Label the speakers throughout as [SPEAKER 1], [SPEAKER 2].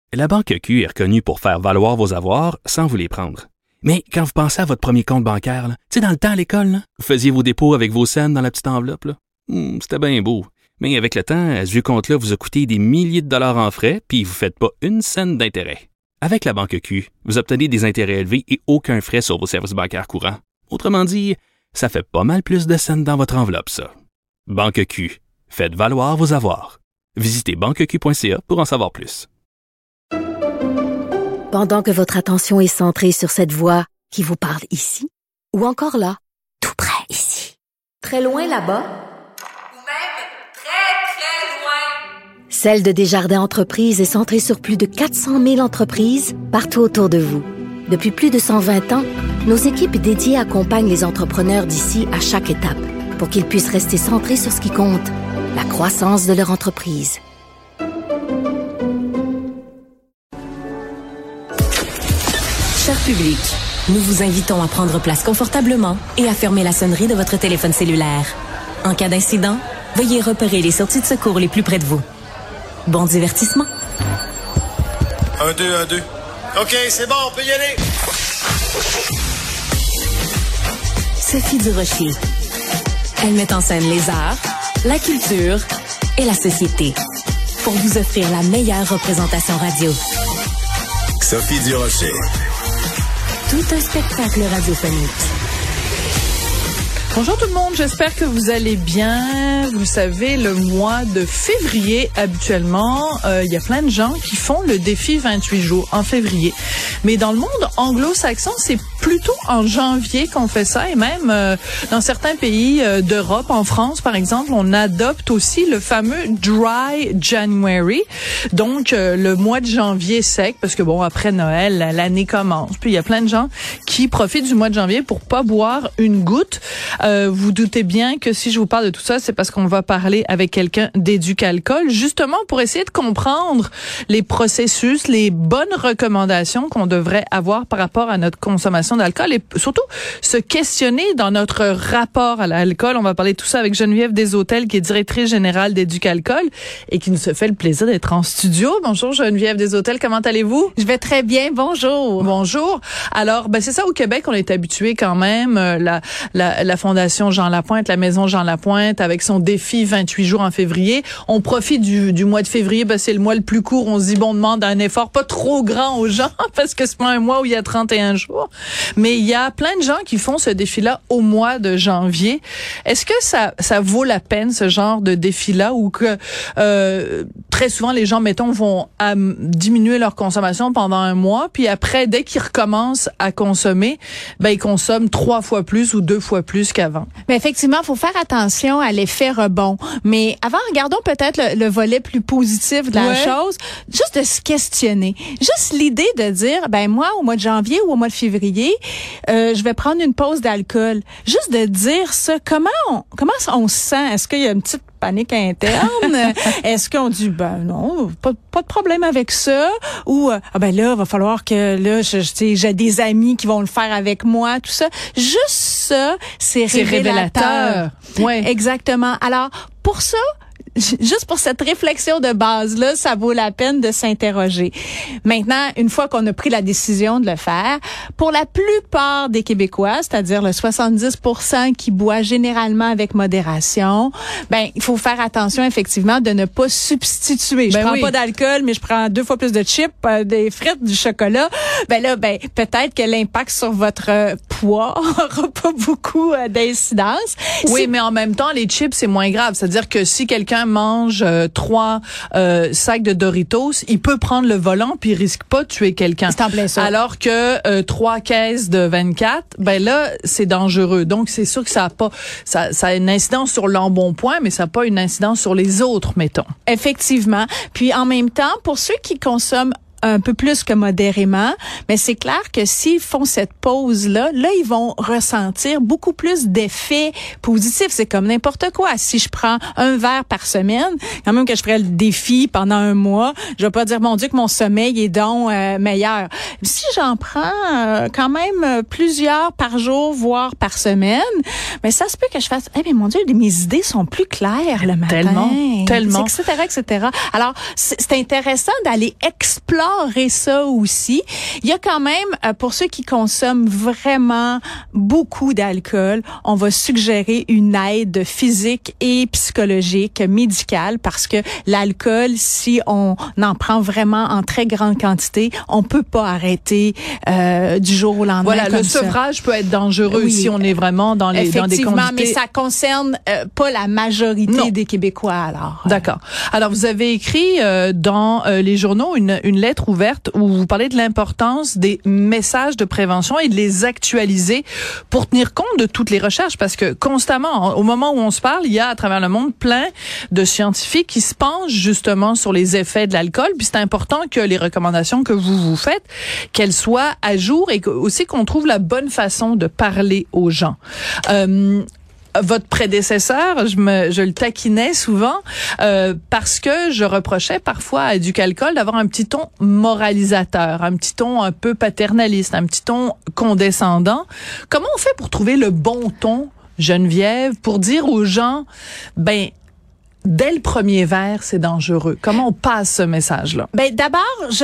[SPEAKER 1] La Banque Q est reconnue pour faire valoir vos avoirs sans vous les prendre. Mais quand vous pensez à votre premier compte bancaire, tu sais, dans le temps à l'école, là, vous faisiez vos dépôts avec vos scènes dans la petite enveloppe. Là. C'était bien beau. Mais avec le temps, ce vieux compte-là vous a coûté des milliers de dollars en frais, puis vous ne faites pas une scène d'intérêt. Avec la Banque Q, vous obtenez des intérêts élevés et aucun frais sur vos services bancaires courants. Autrement dit, ça fait pas mal plus de scènes dans votre enveloppe, ça. Banque Q. Faites valoir vos avoirs. Visitez banqueq.ca pour en savoir plus.
[SPEAKER 2] Pendant que votre attention est centrée sur cette voix qui vous parle ici, ou encore là, tout près ici, très loin là-bas,
[SPEAKER 3] ou même très, très loin.
[SPEAKER 2] Celle de Desjardins Entreprises est centrée sur plus de 400 000 entreprises partout autour de vous. Depuis plus de 120 ans, nos équipes dédiées accompagnent les entrepreneurs d'ici à chaque étape pour qu'ils puissent rester centrés sur ce qui compte, la croissance de leur entreprise.
[SPEAKER 4] Cher public, nous vous invitons à prendre place confortablement et à fermer la sonnerie de votre téléphone cellulaire. En cas d'incident, veuillez repérer les sorties de secours les plus près de vous. Bon divertissement.
[SPEAKER 5] 1, 2, 1, 2. OK, c'est bon, on peut y aller.
[SPEAKER 4] Sophie Durocher. Elle met en scène les arts, la culture et la société pour vous offrir la meilleure représentation radio.
[SPEAKER 5] Sophie Durocher.
[SPEAKER 4] Tout un spectacle radiophonique.
[SPEAKER 6] Bonjour tout le monde, j'espère que vous allez bien. Vous savez, le mois de février, habituellement, il y a plein de gens qui font le défi 28 jours en février. Mais dans le monde anglo-saxon, c'est plutôt en janvier qu'on fait ça. Et même dans certains pays d'Europe, en France par exemple, on adopte aussi le fameux Dry January. Donc, le mois de janvier sec, parce que bon, après Noël, l'année commence. Puis il y a plein de gens qui profitent du mois de janvier pour pas boire une goutte. Vous doutez bien que si je vous parle de tout ça, c'est parce qu'on va parler avec quelqu'un d'Éducalcool, justement pour essayer de comprendre les processus, les bonnes recommandations qu'on devrait avoir par rapport à notre consommation d'alcool et surtout se questionner dans notre rapport à l'alcool. On va parler de tout ça avec Geneviève Desautels, qui est directrice générale d'Éducalcool et qui nous fait le plaisir d'être en studio. Bonjour Geneviève Desautels, comment allez-vous?
[SPEAKER 7] Je vais très bien, bonjour.
[SPEAKER 6] Bonjour. Alors, c'est ça, au Québec, on est habitué quand même, la Fondation Jean Lapointe, la Maison Jean Lapointe, avec son défi 28 jours en février. On profite du mois de février, c'est le mois le plus court. On se dit, on demande un effort pas trop grand aux gens, parce que c'est pas un mois où il y a 31 jours. Mais il y a plein de gens qui font ce défi-là au mois de janvier. Est-ce que ça vaut la peine, ce genre de défi-là, ou que très souvent, les gens, mettons, vont diminuer leur consommation pendant un mois, puis après, dès qu'ils recommencent à consommer, ils consomment 3 fois plus ou 2 fois plus qu'avant.
[SPEAKER 7] Mais effectivement, il faut faire attention à l'effet rebond. Mais avant, regardons peut-être le volet plus positif de la chose. Juste de se questionner. Juste l'idée de dire, moi, au mois de janvier ou au mois de février, je vais prendre une pause d'alcool. Juste de dire ça. Comment on se sent? Est-ce qu'il y a une petite panique interne? Est-ce qu'on dit, non, pas de problème avec ça? Ou, là, va falloir que, là, j'ai des amis qui vont le faire avec moi, tout ça. Juste ça, c'est révélateur.
[SPEAKER 6] Ouais.
[SPEAKER 7] Exactement. Alors, pour ça, juste pour cette réflexion de base-là, ça vaut la peine de s'interroger. Maintenant, une fois qu'on a pris la décision de le faire, pour la plupart des Québécois, c'est-à-dire le 70% qui boit généralement avec modération, il faut faire attention effectivement de ne pas substituer. Je prends pas d'alcool, mais je prends 2 fois plus de chips, des frites, du chocolat. Peut-être que l'impact sur votre poids aura pas beaucoup d'incidence.
[SPEAKER 6] Oui, mais en même temps, les chips, c'est moins grave. C'est-à-dire que si quelqu'un mange 3 sacs de Doritos, il peut prendre le volant puis il risque pas de tuer quelqu'un.
[SPEAKER 7] C'est en plein ça.
[SPEAKER 6] Alors que 3 caisses de 24, là, c'est dangereux. Donc, c'est sûr que ça a une incidence sur l'embonpoint, mais ça n'a pas une incidence sur les autres, mettons.
[SPEAKER 7] Effectivement. Puis, en même temps, pour ceux qui consomment un peu plus que modérément, mais c'est clair que s'ils font cette pause-là, ils vont ressentir beaucoup plus d'effets positifs. C'est comme n'importe quoi. Si je prends un verre par semaine, quand même que je ferais le défi pendant un mois, je vais pas dire, mon Dieu, que mon sommeil est donc meilleur. Si j'en prends quand même plusieurs par jour, voire par semaine, ça se peut que je fasse, mon Dieu, mes idées sont plus claires le matin.
[SPEAKER 6] Tellement.
[SPEAKER 7] Etc., etc. Alors, c'est intéressant d'aller explorer barrer ça aussi. Il y a quand même, pour ceux qui consomment vraiment beaucoup d'alcool, on va suggérer une aide physique et psychologique, médicale, parce que l'alcool, si on en prend vraiment en très grande quantité, on peut pas arrêter du jour au lendemain.
[SPEAKER 6] Voilà,
[SPEAKER 7] comme
[SPEAKER 6] le
[SPEAKER 7] ça.
[SPEAKER 6] sevrage peut être dangereux
[SPEAKER 7] Oui,
[SPEAKER 6] si on est vraiment dans des
[SPEAKER 7] effectivement,
[SPEAKER 6] quantités.
[SPEAKER 7] mais ça concerne pas la majorité des Québécois, alors.
[SPEAKER 6] D'accord. Alors, vous avez écrit dans les journaux une lettre ouverte où vous parlez de l'importance des messages de prévention et de les actualiser pour tenir compte de toutes les recherches, parce que constamment, au moment où on se parle, il y a à travers le monde plein de scientifiques qui se penchent justement sur les effets de l'alcool, puis c'est important que les recommandations que vous faites, qu'elles soient à jour et aussi qu'on trouve la bonne façon de parler aux gens. Votre prédécesseur, je le taquinais souvent parce que je reprochais parfois à Éducalcool d'avoir un petit ton moralisateur, un petit ton un peu paternaliste, un petit ton condescendant. Comment on fait pour trouver le bon ton, Geneviève, pour dire aux gens, dès le premier verre, c'est dangereux? Comment on passe ce message-là?
[SPEAKER 7] D'abord,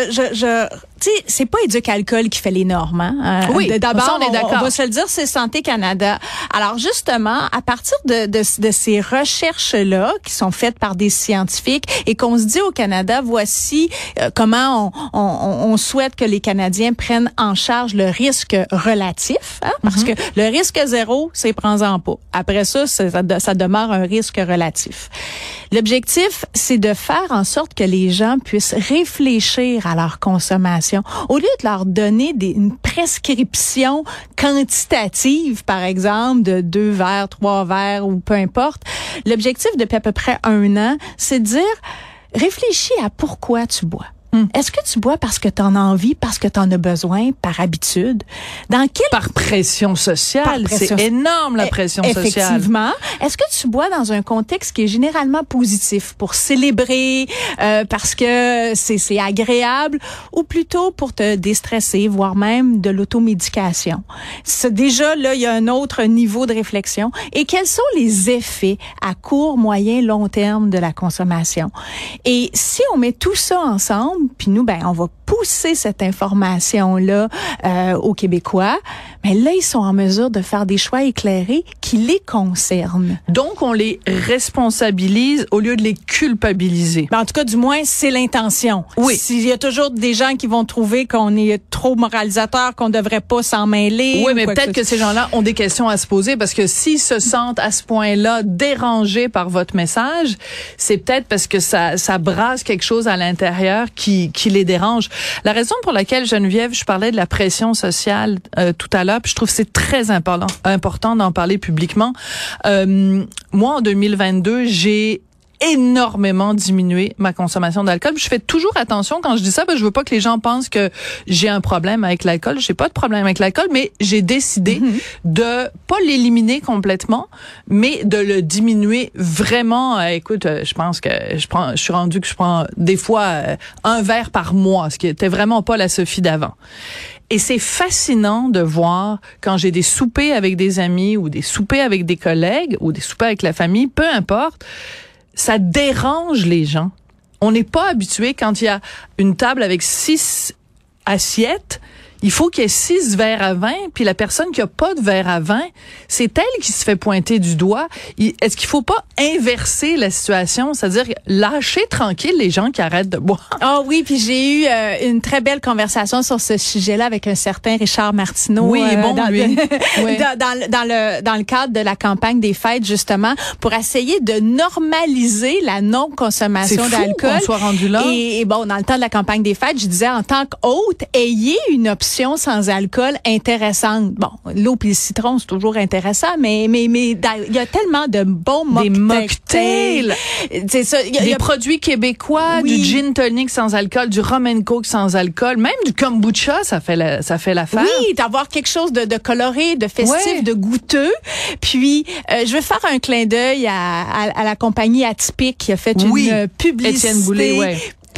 [SPEAKER 7] tu sais, c'est pas Éducalcool qui fait les normes, hein.
[SPEAKER 6] Oui,
[SPEAKER 7] d'abord,
[SPEAKER 6] ça, on est d'accord.
[SPEAKER 7] on va se le dire, c'est Santé Canada. Alors, justement, à partir de ces recherches-là, qui sont faites par des scientifiques, et qu'on se dit au Canada, voici comment on souhaite que les Canadiens prennent en charge le risque relatif, hein, parce que le risque zéro, c'est prends-en pas. Après ça, ça demeure un risque relatif. L'objectif, c'est de faire en sorte que les gens puissent réfléchir à leur consommation. Au lieu de leur donner une prescription quantitative, par exemple, de 2 verres, 3 verres ou peu importe, l'objectif depuis à peu près 1 an, c'est de dire, réfléchis à pourquoi tu bois. Est-ce que tu bois parce que tu en as envie, parce que tu en as besoin, par habitude?
[SPEAKER 6] Par pression sociale. C'est énorme, la pression sociale.
[SPEAKER 7] Effectivement. Est-ce que tu bois dans un contexte qui est généralement positif, pour célébrer, parce que c'est agréable, ou plutôt pour te déstresser, voire même de l'automédication? Déjà, là, il y a un autre niveau de réflexion. Et quels sont les effets à court, moyen, long terme de la consommation? Et si on met tout ça ensemble, puis nous, on va pousser cette information-là aux Québécois, mais là, ils sont en mesure de faire des choix éclairés qui les concernent.
[SPEAKER 6] Donc, on les responsabilise au lieu de les culpabiliser.
[SPEAKER 7] En tout cas, du moins, c'est l'intention.
[SPEAKER 6] Oui.
[SPEAKER 7] S'il y a toujours des gens qui vont trouver qu'on est trop moralisateur, qu'on devrait pas s'en mêler.
[SPEAKER 6] Oui, mais peut-être que ces gens-là ont des questions à se poser, parce que s'ils se sentent à ce point-là dérangés par votre message, c'est peut-être parce que ça brasse quelque chose à l'intérieur qui les dérange. La raison pour laquelle, Geneviève, je parlais de la pression sociale tout à l'heure, puis je trouve que c'est très important d'en parler publiquement. Moi, en 2022, j'ai énormément diminué ma consommation d'alcool. Je fais toujours attention quand je dis ça, parce que je veux pas que les gens pensent que j'ai un problème avec l'alcool. J'ai pas de problème avec l'alcool, mais j'ai décidé de pas l'éliminer complètement, mais de le diminuer vraiment. Écoute, je pense que je suis rendu que je prends des fois 1 verre par mois, ce qui était vraiment pas la Sophie d'avant. Et c'est fascinant de voir quand j'ai des soupers avec des amis ou des soupers avec des collègues ou des soupers avec la famille, peu importe, ça dérange les gens. On n'est pas habitué quand il y a une table avec 6 assiettes. Il faut qu'il y ait 6 verres à vin, puis la personne qui a pas de verre à vin, c'est elle qui se fait pointer du doigt. Est-ce qu'il faut pas inverser la situation, c'est-à-dire lâcher tranquille les gens qui arrêtent de boire?
[SPEAKER 7] Ah oui, puis j'ai eu une très belle conversation sur ce sujet-là avec un certain Richard Martineau.
[SPEAKER 6] Oui, bon, lui.
[SPEAKER 7] Oui. Dans le cadre de la campagne des fêtes, justement, pour essayer de normaliser la non-consommation d'alcool.
[SPEAKER 6] C'est fou qu'on soit rendu là.
[SPEAKER 7] Et dans le temps de la campagne des fêtes, je disais, en tant qu'hôte, ayez une option sans alcool intéressante. Bon, l'eau puis le citron, c'est toujours intéressant, mais il y a tellement de bons mocktails.
[SPEAKER 6] C'est ça. Des produits québécois, du gin tonic sans alcool, du rum and coke sans alcool, même du kombucha, ça fait l'affaire.
[SPEAKER 7] Oui, d'avoir quelque chose de coloré, de festif, de goûteux. Puis, je veux faire un clin d'œil à la compagnie Atypique qui a fait une publicité.
[SPEAKER 6] Étienne Boulay,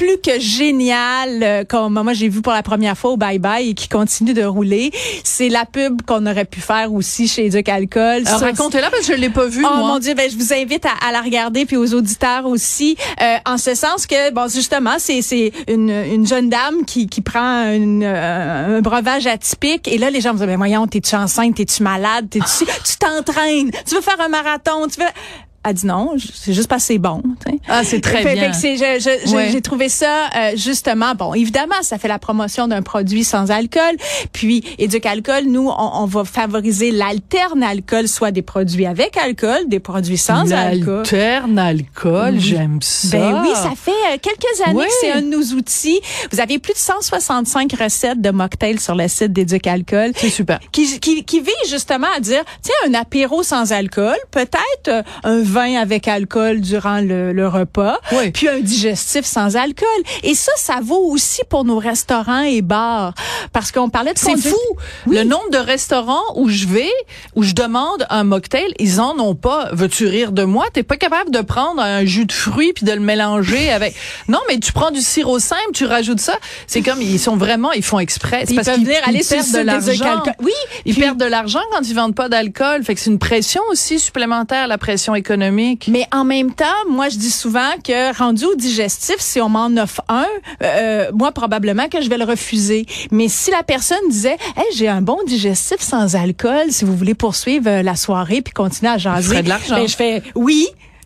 [SPEAKER 7] plus que génial, comme moi j'ai vu pour la première fois au Bye Bye et qui continue de rouler. C'est la pub qu'on aurait pu faire aussi chez Éduc Alcool.
[SPEAKER 6] Racontez-la parce que je l'ai pas vue,
[SPEAKER 7] moi.
[SPEAKER 6] Oh mon
[SPEAKER 7] Dieu, je vous invite à la regarder, puis aux auditeurs aussi. En ce sens que, bon, justement, c'est une jeune dame qui prend un breuvage atypique, et là, les gens vont dire, ben voyons, t'es-tu enceinte, t'es-tu malade, tu t'entraînes, tu veux faire un marathon, tu veux... Elle dit non, c'est juste parce que c'est bon. T'sais.
[SPEAKER 6] Ah, c'est très bien.
[SPEAKER 7] J'ai trouvé ça justement bon. Évidemment, ça fait la promotion d'un produit sans alcool. Puis Éduc Alcool, nous, on va favoriser l'alterne alcool, soit des produits avec alcool, des produits sans alcool.
[SPEAKER 6] L'alterne alcool, j'aime ça.
[SPEAKER 7] Ben oui, ça fait quelques années que c'est un de nos outils. Vous avez plus de 165 recettes de mocktails sur le site d'Éduc Alcool.
[SPEAKER 6] C'est super.
[SPEAKER 7] Qui vise justement à dire, tiens, un apéro sans alcool, peut-être un vin avec alcool durant le repas, puis un digestif sans alcool. Et ça vaut aussi pour nos restaurants et bars. Parce qu'on parlait de...
[SPEAKER 6] C'est fou! Oui. Le nombre de restaurants où je demande un mocktail, ils en ont pas. Veux-tu rire de moi? T'es pas capable de prendre un jus de fruits puis de le mélanger avec... Non, mais tu prends du sirop simple, tu rajoutes ça. C'est comme, ils font exprès. C'est parce qu'ils perdent de l'argent.
[SPEAKER 7] Oui.
[SPEAKER 6] Ils perdent de l'argent quand ils vendent pas d'alcool. Fait que c'est une pression aussi supplémentaire, la pression économique.
[SPEAKER 7] Mais en même temps, moi, je dis souvent que rendu au digestif, si on m'en offre un, moi, probablement que je vais le refuser. Mais si la personne disait, hey, j'ai un bon digestif sans alcool, si vous voulez poursuivre la soirée puis continuer à jaser.
[SPEAKER 6] Je ferais de l'argent.
[SPEAKER 7] Ben, je fais, oui.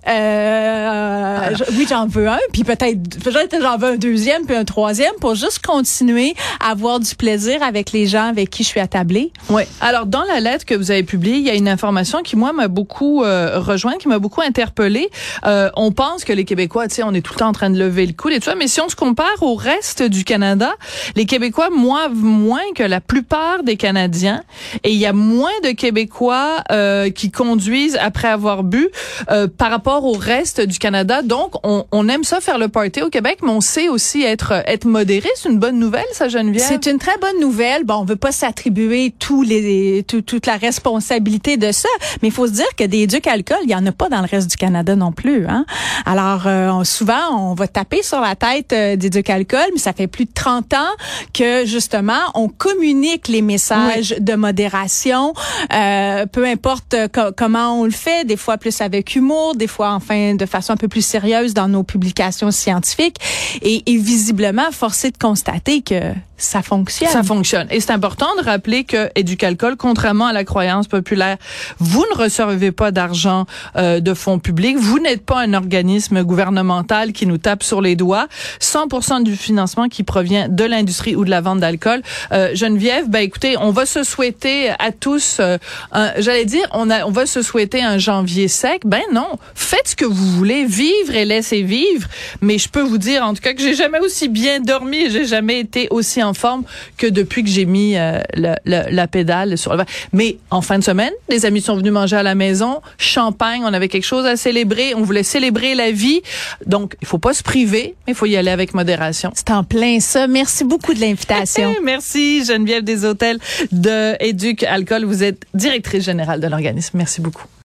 [SPEAKER 7] Oui, j'en veux un, puis peut-être j'en veux un deuxième, puis un troisième, pour juste continuer à avoir du plaisir avec les gens avec qui je suis attablée.
[SPEAKER 6] Oui. Alors, dans la lettre que vous avez publiée, il y a une information qui, moi, m'a beaucoup rejointe, qui m'a beaucoup interpellée. On pense que les Québécois, tu sais, on est tout le temps en train de lever le coude et tout ça, mais si on se compare au reste du Canada, les Québécois boivent moins que la plupart des Canadiens, et il y a moins de Québécois qui conduisent après avoir bu par rapport au reste du Canada. Donc, on aime ça faire le party au Québec, mais on sait aussi être modéré. C'est une bonne nouvelle, ça, Geneviève?
[SPEAKER 7] C'est une très bonne nouvelle. Bon, on veut pas s'attribuer toute la responsabilité de ça, mais il faut se dire que des éducs alcool, il y en a pas dans le reste du Canada non plus, hein. Alors, souvent, on va taper sur la tête des éducs alcool, mais ça fait plus de 30 ans que, justement, on communique les messages de modération, peu importe comment on le fait, des fois plus avec humour, des fois enfin de façon un peu plus sérieuse dans nos publications scientifiques, et visiblement forcé de constater que ça fonctionne.
[SPEAKER 6] Ça fonctionne. Et c'est important de rappeler que Éduc Alcool, contrairement à la croyance populaire, vous ne recevez pas d'argent de fonds publics. Vous n'êtes pas un organisme gouvernemental qui nous tape sur les doigts. 100% du financement qui provient de l'industrie ou de la vente d'alcool. Geneviève, ben écoutez, on va se souhaiter à tous, on va se souhaiter un janvier sec. Ben non, faites ce que vous voulez, vivre et laissez vivre. Mais je peux vous dire, en tout cas, que j'ai jamais aussi bien dormi et j'ai jamais été aussi en forme que depuis que j'ai mis la pédale sur le vent. Mais en fin de semaine, les amis sont venus manger à la maison, champagne, on avait quelque chose à célébrer, on voulait célébrer la vie. Donc, il faut pas se priver, mais il faut y aller avec modération.
[SPEAKER 7] C'est en plein ça. Merci beaucoup de l'invitation.
[SPEAKER 6] Merci Geneviève Deshôtels de Éduc Alcool. Vous êtes directrice générale de l'organisme. Merci beaucoup.